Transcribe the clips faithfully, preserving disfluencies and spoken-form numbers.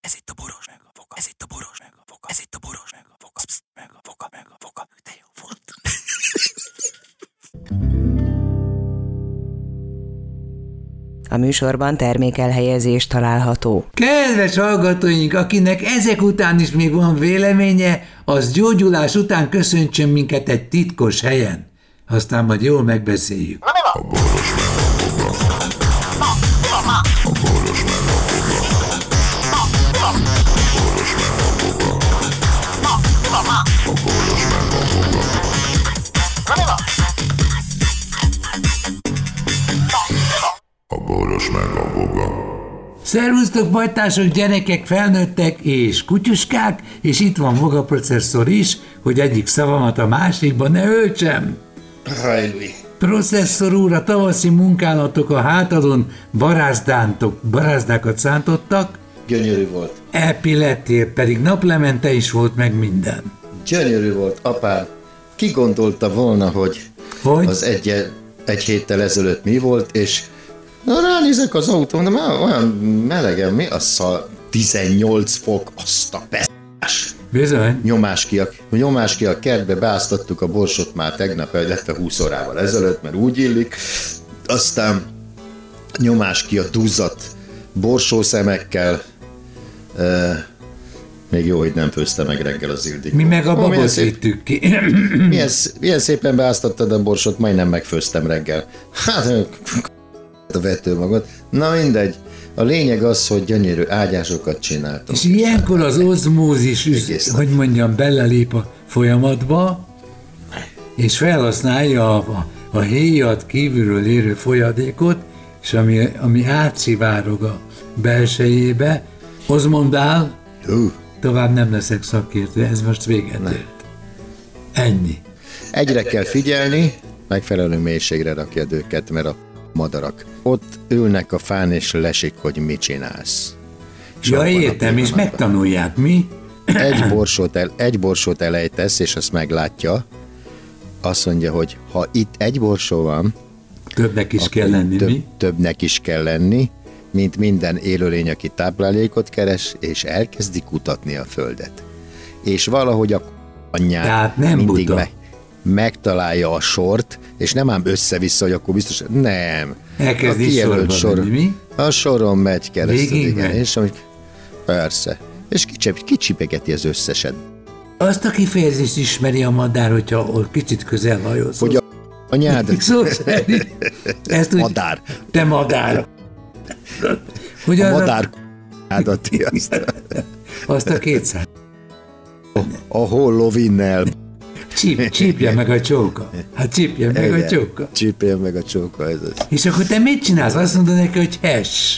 Ez itt a boros meg a foka. Ez itt a boros meg a foka. Ez itt a boros meg a foka. Psz, meg a foka, meg a foka. De jó volt. A műsorban termékelhelyezés található. Kedves hallgatóink, akinek ezek után is még van véleménye, az gyógyulás után köszöntsön minket egy titkos helyen. Aztán majd jól megbeszéljük. Na mi van? A boros meg a foga. Na, mi van már? A boros meg a foga. Na, mi van? A boros meg a foga. Na, mi van már? A boros meg a foga. Na mi van? Na, mi van? A boros meg a foga. Szervusztok, bajtások, gyerekek, felnőttek és kutyuskák, és itt van Voga processzor is, hogy egyik szavamat a másikba ne öltsem. Hajlúj. Processzor úr, a tavaszi munkálatok a hátadon barázdántok, barázdákat szántottak. Gyönyörű volt. Elpilettél, pedig naplemente is volt meg minden. Gyönyörű volt, apám. Ki gondolta volna, hogy, hogy? az egy, egy héttel ezelőtt mi volt, és na, ránézek az autón, de már olyan melegen, mi? Az a tizennyolc fok, azt a p***ás. Bizony. Nyomás ki, a, nyomás ki a kertbe, beáztattuk a borsot már tegnap, illetve húsz órával ezelőtt, mert úgy illik. Aztán nyomás ki a duzzadt borsószemekkel. E, még jó, hogy nem főzte meg reggel az Ildikó. Mi meg a Ó, babot vittük ki. Milyen, milyen szépen beáztattad a borsot, majdnem megfőztem reggel. Hát, a vető magad. Na mindegy. A lényeg az, hogy gyönyörű ágyásokat csináltunk. És ilyenkor az ozmózis, hogy mondjam, belelép a folyamatba, és felhasználja a, a héjat kívülről érő folyadékot, és ami, ami átszivárog a belsejébe, ozmondál, uh. tovább nem leszek szakértő, ez most véget ért. Ennyi. Egyre kell figyelni, megfelelő mélységre rakjad őket, mert a madarak ott ülnek a fán, és lesik, hogy mit csinálsz. Ja, értem, és megtanulják, mi? Egy borsót, el, egy borsót elejtesz, és azt meglátja, azt mondja, hogy ha itt egy borsó van, többnek is kell lenni, több, mi? Többnek is kell lenni, mint minden élőlény, aki táplálékot keres, és elkezdi kutatni a földet. És valahogy a anyját mindig meg, megtalálja a sort, és nem ám össze-vissza, hogy akkor biztos, nem. Elkezdi sorba sor, lenni, mi? A soron megy keresztül, igen. Megy. És amik, persze. És kicsipegeti az összeset. Azt a kifejezést ismeri a madár, hogyha kicsit közel hajózol. Hogy a anyád? Szó szerint. Ezt úgy, madár. Te madár. Hogy a az madár k***ádat azt. Azt a kétszáz. A hollovinnel. Csíp, csípje meg a csóka. Hát csípje meg igen, a csóka. Csípje meg a csóka. Ez az. És akkor te mit csinálsz? Azt mondod neki, hogy hess.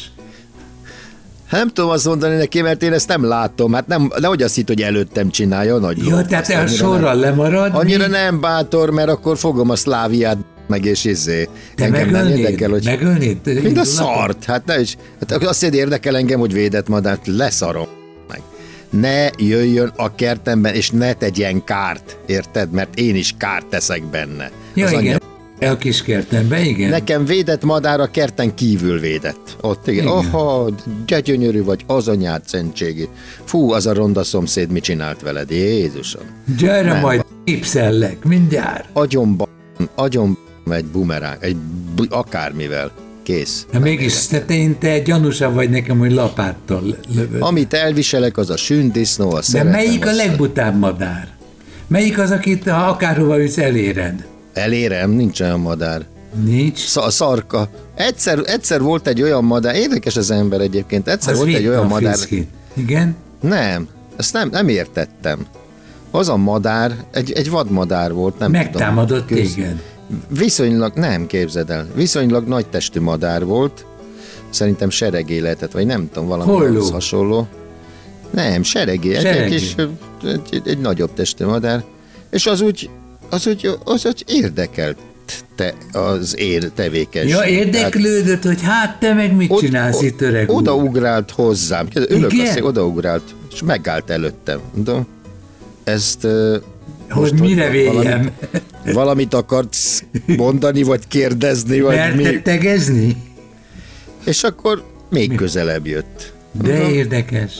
Nem tudom azt mondani neki, mert én ezt nem látom. Hát nem, nehogy azt hitt, hogy előttem csinálja. Nagy jó, ló, tehát a sorral nem, lemarad. Annyira mi? Nem bátor, mert akkor fogom a Szláviát meg és izé. Te engem megölnéd? Nem érdekel, hogy... Megölnéd? Mind a szart. Hát ne is. Hát azt érdekel engem, hogy védett madárt. Leszarom meg. Ne jöjjön a kertemben, és ne tegyen kárt. Érted? Mert én is kárt teszek benne. Ja, az igen. Anyja... A kis kertemben, igen. Nekem védett madár a kerten kívül védett. Ott igen. igen. Aha, de gyönyörű vagy, az anyád szentségét. Fú, az a ronda szomszéd mit csinált veled, Jézusom. Gyere nem, majd képszellek, mindjárt. Agyomba, agyomba egy bumeráng, egy bu- akármivel. Kész. Hát mégis te, te, te gyanúsabb vagy nekem, hogy lapáttal lövöd. Amit elviselek, az a sündisznó, a szeretem. De melyik a legbutább madár? Melyik az, akit ha akárhova üsz, eléred? Elérem, nincs olyan madár. Nincs? Sz- a szarka. Egyszer, egyszer volt egy olyan madár, érdekes az ember egyébként, egyszer az volt egy olyan madár. Friszkét. Igen? Nem, ezt nem, nem értettem. Az a madár, egy, egy vadmadár volt, nem megtámadott tudom. téged. Viszonylag, nem képzeld el, viszonylag nagy testű madár volt, szerintem seregé lehetett, vagy nem tudom, valami hasonló. Nem, seregé, egy, egy, kis, egy, egy, egy nagyobb testű madár, és az úgy, az úgy, az úgy érdekelt te, az én tevékenység. Ja, érdeklődött, hogy hát te meg mit Od, csinálsz itt, öreg úr? Odaugrált hozzám, ülök azt, odaugrált, és megállt előttem. Tudom, ezt... Hogy most, mire véjem? Valamit, valamit akarsz mondani, vagy kérdezni, vagy Mert mi? tettegezni? És akkor még mi? Közelebb jött. De mondom, érdekes.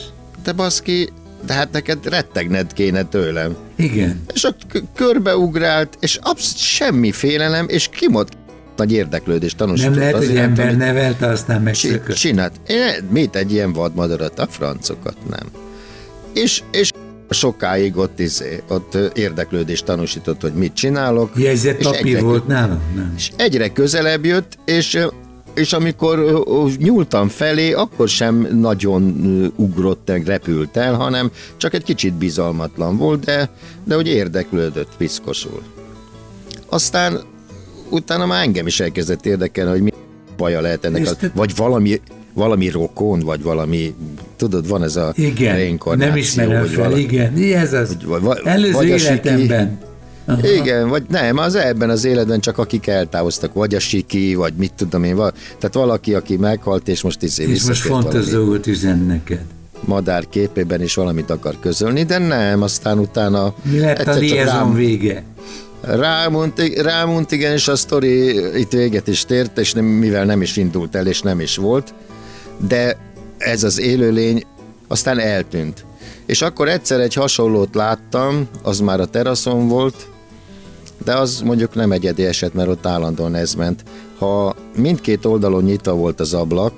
te baszki, de hát neked rettegned kéne tőlem. Igen. És ott k- körbeugrált, és abszolút semmi félelem, és kimond nagy érdeklődés tanúsított. Nem lehet, hogy azért, ember amit nevelte, aztán megszökött. csinált. Én, mit egy ilyen vadmadarat? A francokat nem. És, és sokáig ott, izé, ott érdeklődés tanúsított, hogy mit csinálok. Jegyzett és papír egyre, volt nálam? Nem. És egyre közelebb jött, és, és amikor nyúltam felé, akkor sem nagyon ugrott, meg repült el, hanem csak egy kicsit bizalmatlan volt, de, de hogy érdeklődött piszkosul. Aztán utána már engem is elkezdett érdekelni, hogy mi baja lehet ennek, az, vagy valami, valami rokon, vagy valami, tudod, van ez a igen, reinkarnáció. Nem ismerem fel, valami, igen, ez az vagy, vagy, előző vagy életemben. Aha. Igen, vagy nem, az ebben az életben csak akik eltávoztak, vagy a siki, vagy mit tudom én, val- tehát valaki, aki meghalt, és most izé És most fontos dolgot üzen neked. Madár képében is valamit akar közölni, de nem, aztán utána... Mi lett a liaison vége? Rámont, rámont, igen, és a sztori itt véget is tért, és nem, mivel nem is indult el, és nem is volt, de ez az élőlény aztán eltűnt. És akkor egyszer egy hasonlót láttam, az már a teraszon volt, de az mondjuk nem egyedi eset, mert ott állandóan ez ment. Ha mindkét oldalon nyitva volt az ablak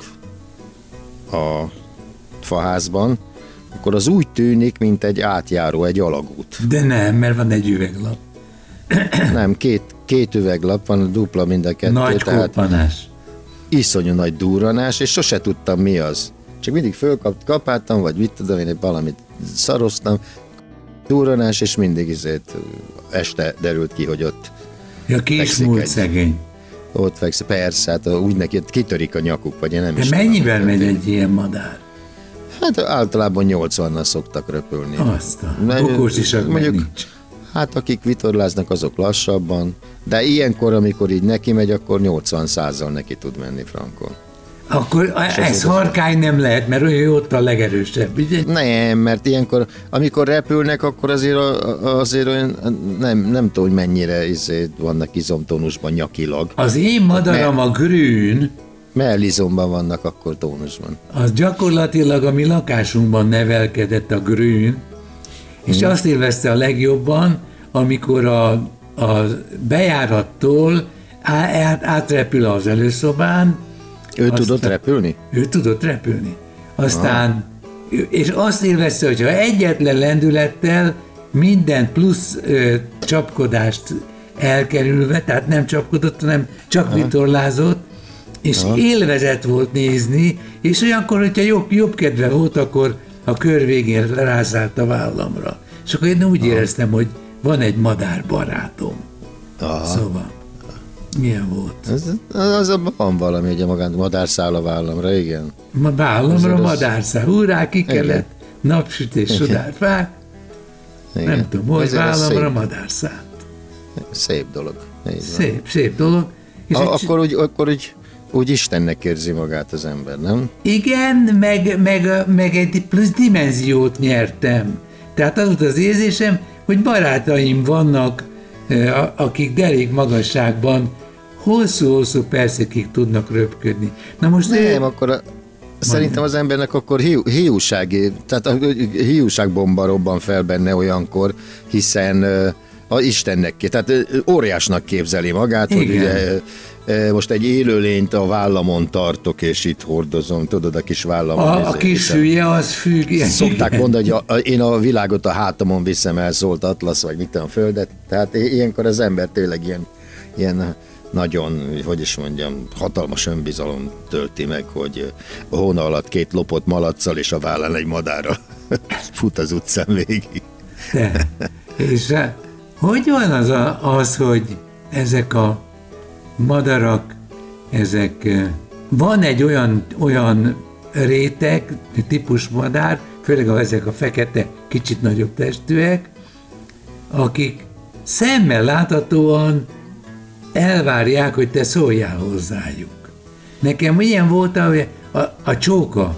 a faházban, akkor az úgy tűnik, mint egy átjáró, egy alagút. De nem, mert van egy üveglap. Nem, két, két üveglap van, dupla mind a kettő. Nagy koppanás. Iszonyú nagy durranás, és sose tudtam, mi az. Csak mindig fölkapáltam, vagy mit tudom én, valamit szaroztam, durranás, és mindig izét este derült ki, hogy ott ja, kismúlt szegény. Ott fekszik, persze, hát úgy neki kitörik a nyakuk, vagy én nem de is mennyivel tudom, megy egy ilyen madár? Hát általában nyolcvannal szoktak röpülni. Aztán, bokós is mondjuk, nincs. Hát akik vitorláznak, azok lassabban, de ilyenkor, amikor így neki megy, akkor nyolcvan-százzal neki tud menni frankon. Akkor ez harkány nem lehet, mert ő ott a legerősebb, ugye? Nem, mert ilyenkor, amikor repülnek, akkor azért, azért olyan, nem, nem tudom, hogy mennyire izé vannak izomtónusban nyakilag. Az én madaram Mer- a grün, mellizomban vannak akkor tónusban. Az gyakorlatilag a mi lakásunkban nevelkedett a grün, és hmm. azt élvezte a legjobban, amikor a, a bejárattól át, átrepül az előszobán. Ő aztán, tudott repülni? Ő tudott repülni. Aztán, ah. és azt élvezte, hogyha egyetlen lendülettel minden plusz ö, csapkodást elkerülve, tehát nem csapkodott, hanem csak ah. vitorlázott, és ah. élvezet volt nézni, és olyankor, hogyha jobb, jobb kedve volt, akkor a kör végén rászállt a vállamra. És akkor én úgy éreztem, hogy van egy madár barátom. Aha. Szóval, milyen volt? Az, az, az van valami, hogy a magán madárszál a vállamra, igen. Ma vállamra az madárszál. Hurrá, ki kellett, napsütés, sodárt fák. Nem tudom, hogy vállamra madárszált. Szép dolog. Szép, szép dolog. És a, akkor, úgy, akkor úgy, úgy Istennek érzi magát az ember, nem? Igen, meg, meg, meg egy plusz dimenziót nyertem. Tehát az volt az érzésem, hogy barátaim vannak, akik derék magasságban hosszú-hosszú percekig tudnak röpködni. Na most nem, ő... akkor a, szerintem az embernek akkor hiú, hiúsági, tehát a hiúságbomba robban fel benne olyankor, hiszen a Istennek, tehát óriásnak képzeli magát, igen. Hogy ugye most egy élőlényt a vállamon tartok, és itt hordozom, tudod, a kis vállamon. A, a kis fülye, az függ. Szokták igen. mondani, hogy a, én a világot a hátamon viszem el, szólt Atlasz, vagy mit tudom, a földet. Tehát ilyenkor az ember tényleg ilyen, ilyen nagyon, hogy is mondjam, hatalmas önbizalom tölti meg, hogy a hóna alatt két lopott malacccal, és a vállán egy madárra fut az utcán végig. De, és hogy van az, a, az, hogy ezek a madarak, ezek, van egy olyan, olyan réteg, típus madár, főleg ezek a fekete, kicsit nagyobb testűek, akik szemmel láthatóan elvárják, hogy te szóljál hozzájuk. Nekem ilyen volt a, a, a csóka.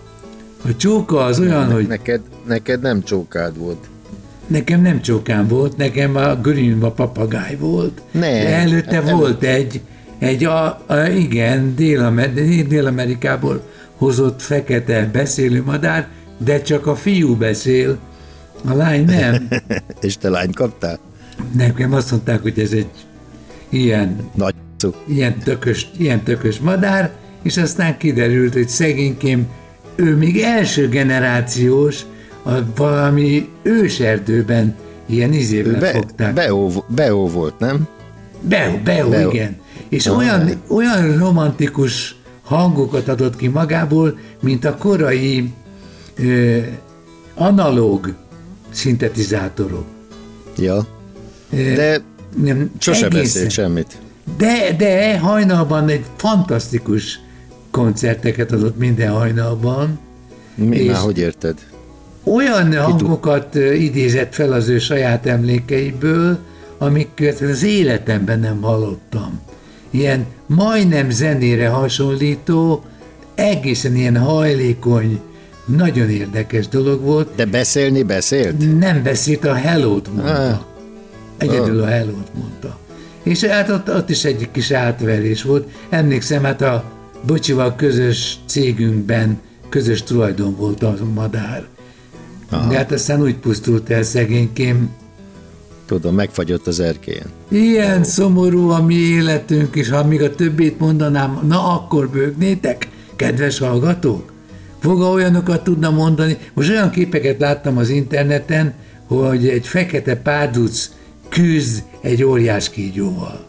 A csóka az olyan, ne, hogy... Neked, neked nem csókád volt. Nekem nem csókám volt, nekem a green a papagáj volt. Ne, de előtte hát volt nem. egy, egy a, a, igen, Dél-Amer- Dél-Amerikából hozott fekete beszélő madár, de csak a fiú beszél, a lány nem. És te lányt kaptál? Nekem azt mondták, hogy ez egy ilyen, Nagy szó. ilyen, tökös, ilyen tökös madár, és aztán kiderült, hogy szegénykém ő még első generációs, a valami őserdőben ilyen izével Be, fogták. Beó, Beó volt, nem? Beó, Beó, Beó. igen. És Ah, olyan, elég. olyan romantikus hangokat adott ki magából, mint a korai ö, analóg szintetizátorok. Ja. Ö, De nem, sose egészen. beszélt semmit. De, de hajnalban egy fantasztikus koncerteket adott minden hajnalban. Mi, És- már hogy érted? Olyan hangokat ö, idézett fel az ő saját emlékeiből, amiket az életemben nem hallottam. Ilyen majdnem zenére hasonlító, egészen ilyen hajlékony, nagyon érdekes dolog volt. De beszélni beszélt? Nem beszélt, a hello-t mondta. Ah. Egyedül a hello-t mondta. És hát ott, ott is egy kis átverés volt. Emlékszem, hát a Bocsival közös cégünkben közös tulajdon volt a madár. Aha. De hát aztán úgy pusztult el szegénykém. Tudom, megfagyott az erkélyen. Ilyen szomorú a mi életünk, és ha még a többét mondanám, na akkor bőgnétek, kedves hallgatók? Foga olyanokat tudna mondani. Most olyan képeket láttam az interneten, hogy egy fekete párduc küzd egy óriás kígyóval,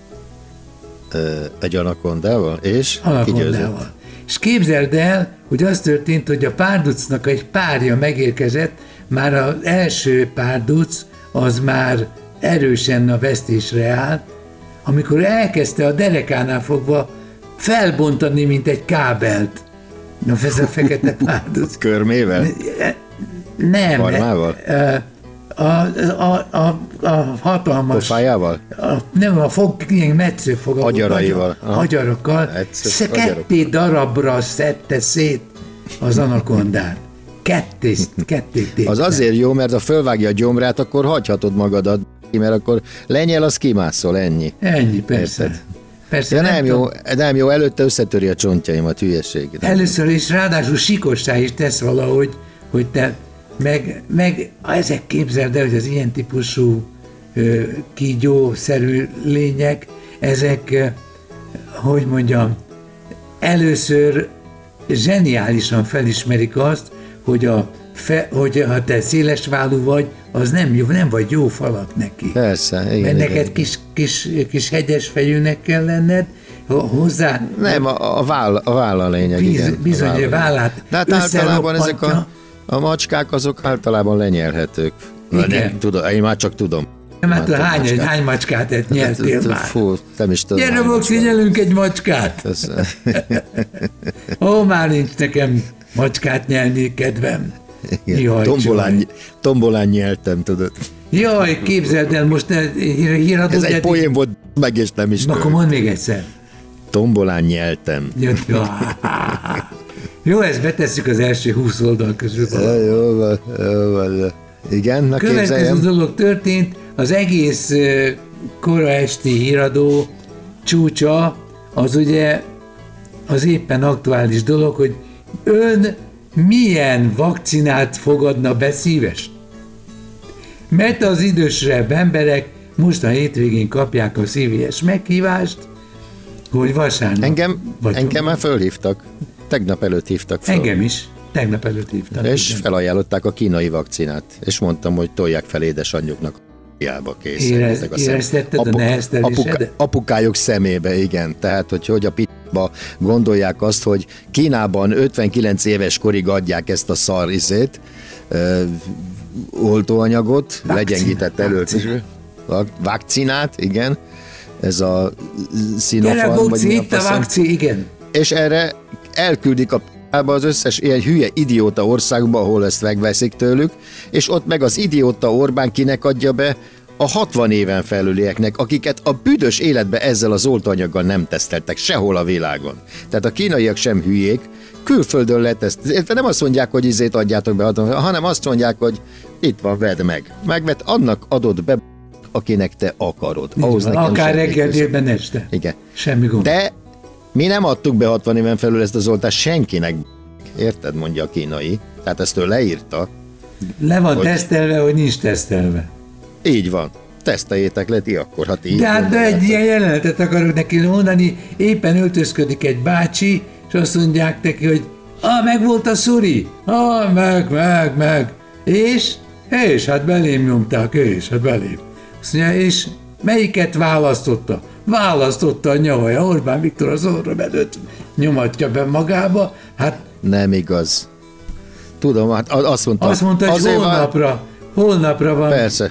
Ö, egy anakondával, és kigyőzött. anakondával. És képzeld el, hogy az történt, hogy a párducnak egy párja megérkezett, már az első párduc az már erősen a vesztésre állt, amikor elkezdte a derekánál fogva felbontani, mint egy kábelt. Na, ez a fekete párduc. Körmével? Nem. Farmával? A, a, a, a hatalmas... Pofájával? A, nem, a fog, ilyen metszőfogak. Agyaraival. Aha. Agyarakkal. Metsző- Sze- agyarok. Ketté darabra szedte szét az anakondát. Ketté, ketté tépte. Az azért jó, mert ha fölvágja a gyomrát, akkor hagyhatod magadat, mert akkor lenyel, az kimászol, ennyi. Ennyi, persze. Érted? Persze, Ja, nem, tudom. jó, nem jó, előtte összetöri a csontjaimat, hülyeség. Először is ráadásul sikossá is tesz valahogy, hogy te meg, meg ezek képzeld el, hogy az ilyen típusú ö, kígyószerű lények, ezek, ö, hogy mondjam, először zseniálisan felismerik azt, hogy, a fe, hogy ha te szélesválú vagy, az nem, jó, nem vagy jó falak neki. Persze, igen, Mert igen, neked igen. kis, kis, kis hegyes fejűnek kell lenned, hozzá Nem, a, a, váll, a váll a lényeg, Biz- igen. bizony, a a vállát De hát általában ezek a, összeroppantja. a macskák, azok általában lenyelhetők. Na, Igen. nem, tudom, én már csak tudom. Nem, hát Már hány, macskát. hány macskát et nyertél már? Fú, nem is tudom. Gyere, hány Box, macskát. figyelünk egy macskát! Ez- Ó, már nincs nekem macskát nyelni, kedvem. igen, Jaj, tombolán, csaj. tombolán nyeltem, tudod. Jaj, képzeld el, most te hír- híradót... Ez egy eddig- poén volt, meg és nem is Na, akkor tudom. mondd még egyszer. Tombolán nyeltem. Jött, jó. Jó, ezt betesszük az első húsz oldal közül. Ja, jó van, jó van. Igen, na Következő képzeljem. dolog történt, az egész ö, kora esti híradó csúcsa, az ugye az éppen aktuális dolog, hogy ön milyen vakcinát fogadna be szíves? Mert az idősebb emberek most a hétvégén kapják a szíves meghívást, hogy vasárnap. Engem, vagy engem már fölhívtak. Tegnap előtt hívtak föl. Engem is. Tegnap előtt hívtam. És igen. felajánlották a kínai vakcinát. És mondtam, hogy tolják fel édesanyjuknak hiába kész. Érez- éreztetted a neheztelésedet? apukájuk szemébe, igen. Tehát, hogy, hogy a p***ba gondolják azt, hogy Kínában ötvenkilenc éves korig adják ezt a szar izét, ö, oltóanyagot, Vakcinát, legyengített előtt. Vakcinát, igen. Ez a Gyere, Sinopharm, vagy Boci, mi a itt a faszom. vakci, igen. És erre elküldik a p***ba az összes ilyen hülye idióta országba, ahol ezt megveszik tőlük, és ott meg az idióta Orbán kinek adja be a hatvan éven felülieknek, akiket a büdös életbe ezzel az oltóanyaggal nem teszteltek sehol a világon. Tehát a kínaiak sem hülyék, külföldön leteszt. Nem azt mondják, hogy izét adjátok be, hanem azt mondják, hogy itt van, vedd meg. Megvett, annak adod be, akinek te akarod. Ahhoz nekem Akár semmi reggel, közöm. délben, este. Igen. Semmi gond. De mi nem adtuk be hatvan éven felül ezt az oltást senkinek. Érted, mondja a kínai. Tehát ezt ő leírta. Le van hogy... tesztelve, hogy nincs tesztelve. Így van. Teszteljétek le ti akkor, ha ti így De hát de egy ilyen jelenetet akarok neki mondani, éppen öltözködik egy bácsi, és azt mondják neki, hogy ah, meg volt a szuri, ah, meg, meg, meg, és, és, hát belém nyomták, és, hát belém. Azt mondja, és melyiket választotta? Választotta a nyavaja, Orbán Viktor az orra bedött, nyomatja be magába, hát... Nem igaz. Tudom, hát azt mondta... Azt mondta, hogy holnapra, van... holnapra van... Persze.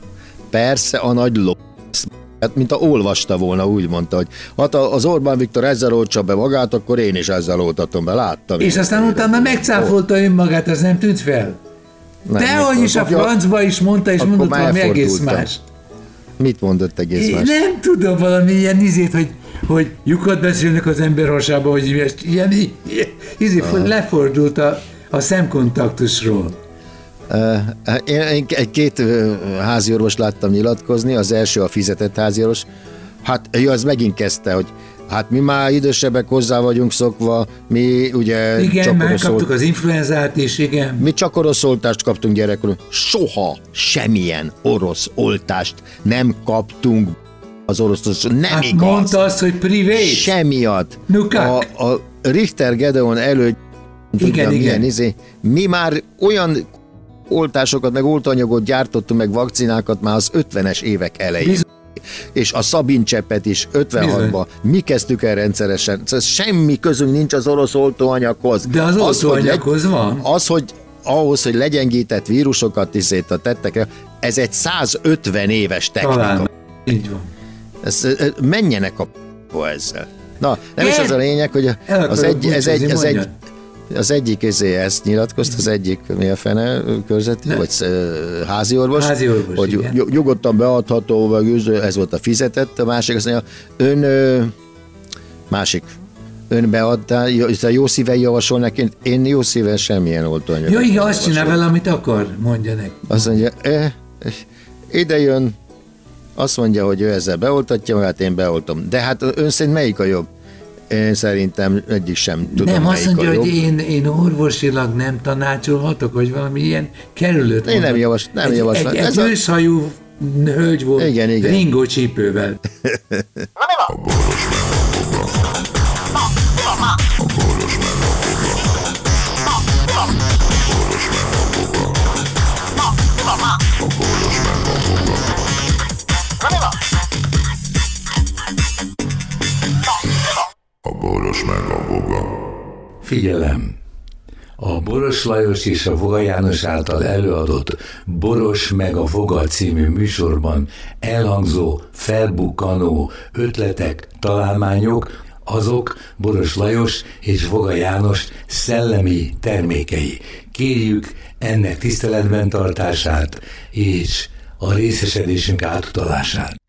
Persze, a nagy ló... Hát, mint a olvasta volna, úgy mondta, hogy hát az Orbán Viktor ezzel oltsa be magát, akkor én is ezzel oltatom be, láttam. És aztán én utána megcáfolta önmagát, ez nem tűnt fel? Dehogy is a francba is mondta, és mondott valami egész más. Mit mondott egész más? Nem tudom, valami ilyen izét, hogy, hogy lyukat beszélnek az ember hasába, hogy ilyen, ilyen izé, lefordult a, a szemkontaktusról. Uh, én, én két uh, háziorvos láttam nyilatkozni, az első a fizetett háziorvos. Hát jó, az megint kezdte, hogy hát mi már idősebbek hozzá vagyunk szokva, mi ugye... Igen, megkaptuk az influenzát is, igen. Mi csak orosz oltást kaptunk gyerekkorunk. Soha semmilyen orosz oltást nem kaptunk az orosz, nem hát igaz. Mondta azt, hogy privét. Semmiatt. A, a Richter Gedeon előtt igen, tudja, igen. milyen izé. Mi már olyan oltásokat, meg oltóanyagot gyártottunk, meg vakcinákat már az ötvenes évek elején. Bizony. És a Szabin cseppet is ötvenhatban. Mi kezdtük el rendszeresen. Semmi közünk nincs az orosz oltóanyaghoz. De az, az oltóanyaghoz legy... van. Az, hogy ahhoz, hogy legyengített vírusokat iszét a tettek, ez egy százötven éves technika. Talán. Így van. Ez, menjenek a p***ba ezzel. Na, nem is az a lényeg, hogy az egy, ez egy, ez egy az egyik ezé ezt nyilatkozt, az egyik mi a fene körzeti, vagy háziorvos, háziorvos hogy igen. nyugodtan beadható, vagy ez volt a fizetett, a másik azt mondja, ön ö, másik, ön beadta, jó szíven javasolnak, én, én jó szíven semmilyen oltóanyagot. Jó, igen, azt csinál vele, amit akar, mondja neki. Azt mondja, eh, ide jön, azt mondja, hogy ő ezzel beoltatja, hát én beoltom. De hát ön szerint melyik a jobb? Én szerintem egyik sem tudom, nem, azt mondja, hogy én, én orvosilag nem tanácsolhatok, vagy valami ilyen kerülőt. Én nem javas, nem egy, javaslom. Egy, egy őszhajú hölgy volt, igen, igen. ringó csípővel. A boros meg a boga. A boros meg a boga. A boros meg a boga. A boros meg a boga. A boros meg a boga. Figyelem! A Boros Lajos és a Voga János által előadott Boros meg a Voga című műsorban elhangzó, felbukkanó ötletek, találmányok, azok Boros Lajos és Voga János szellemi termékei. Kérjük ennek tiszteletben tartását és a részesedésünk átutalását.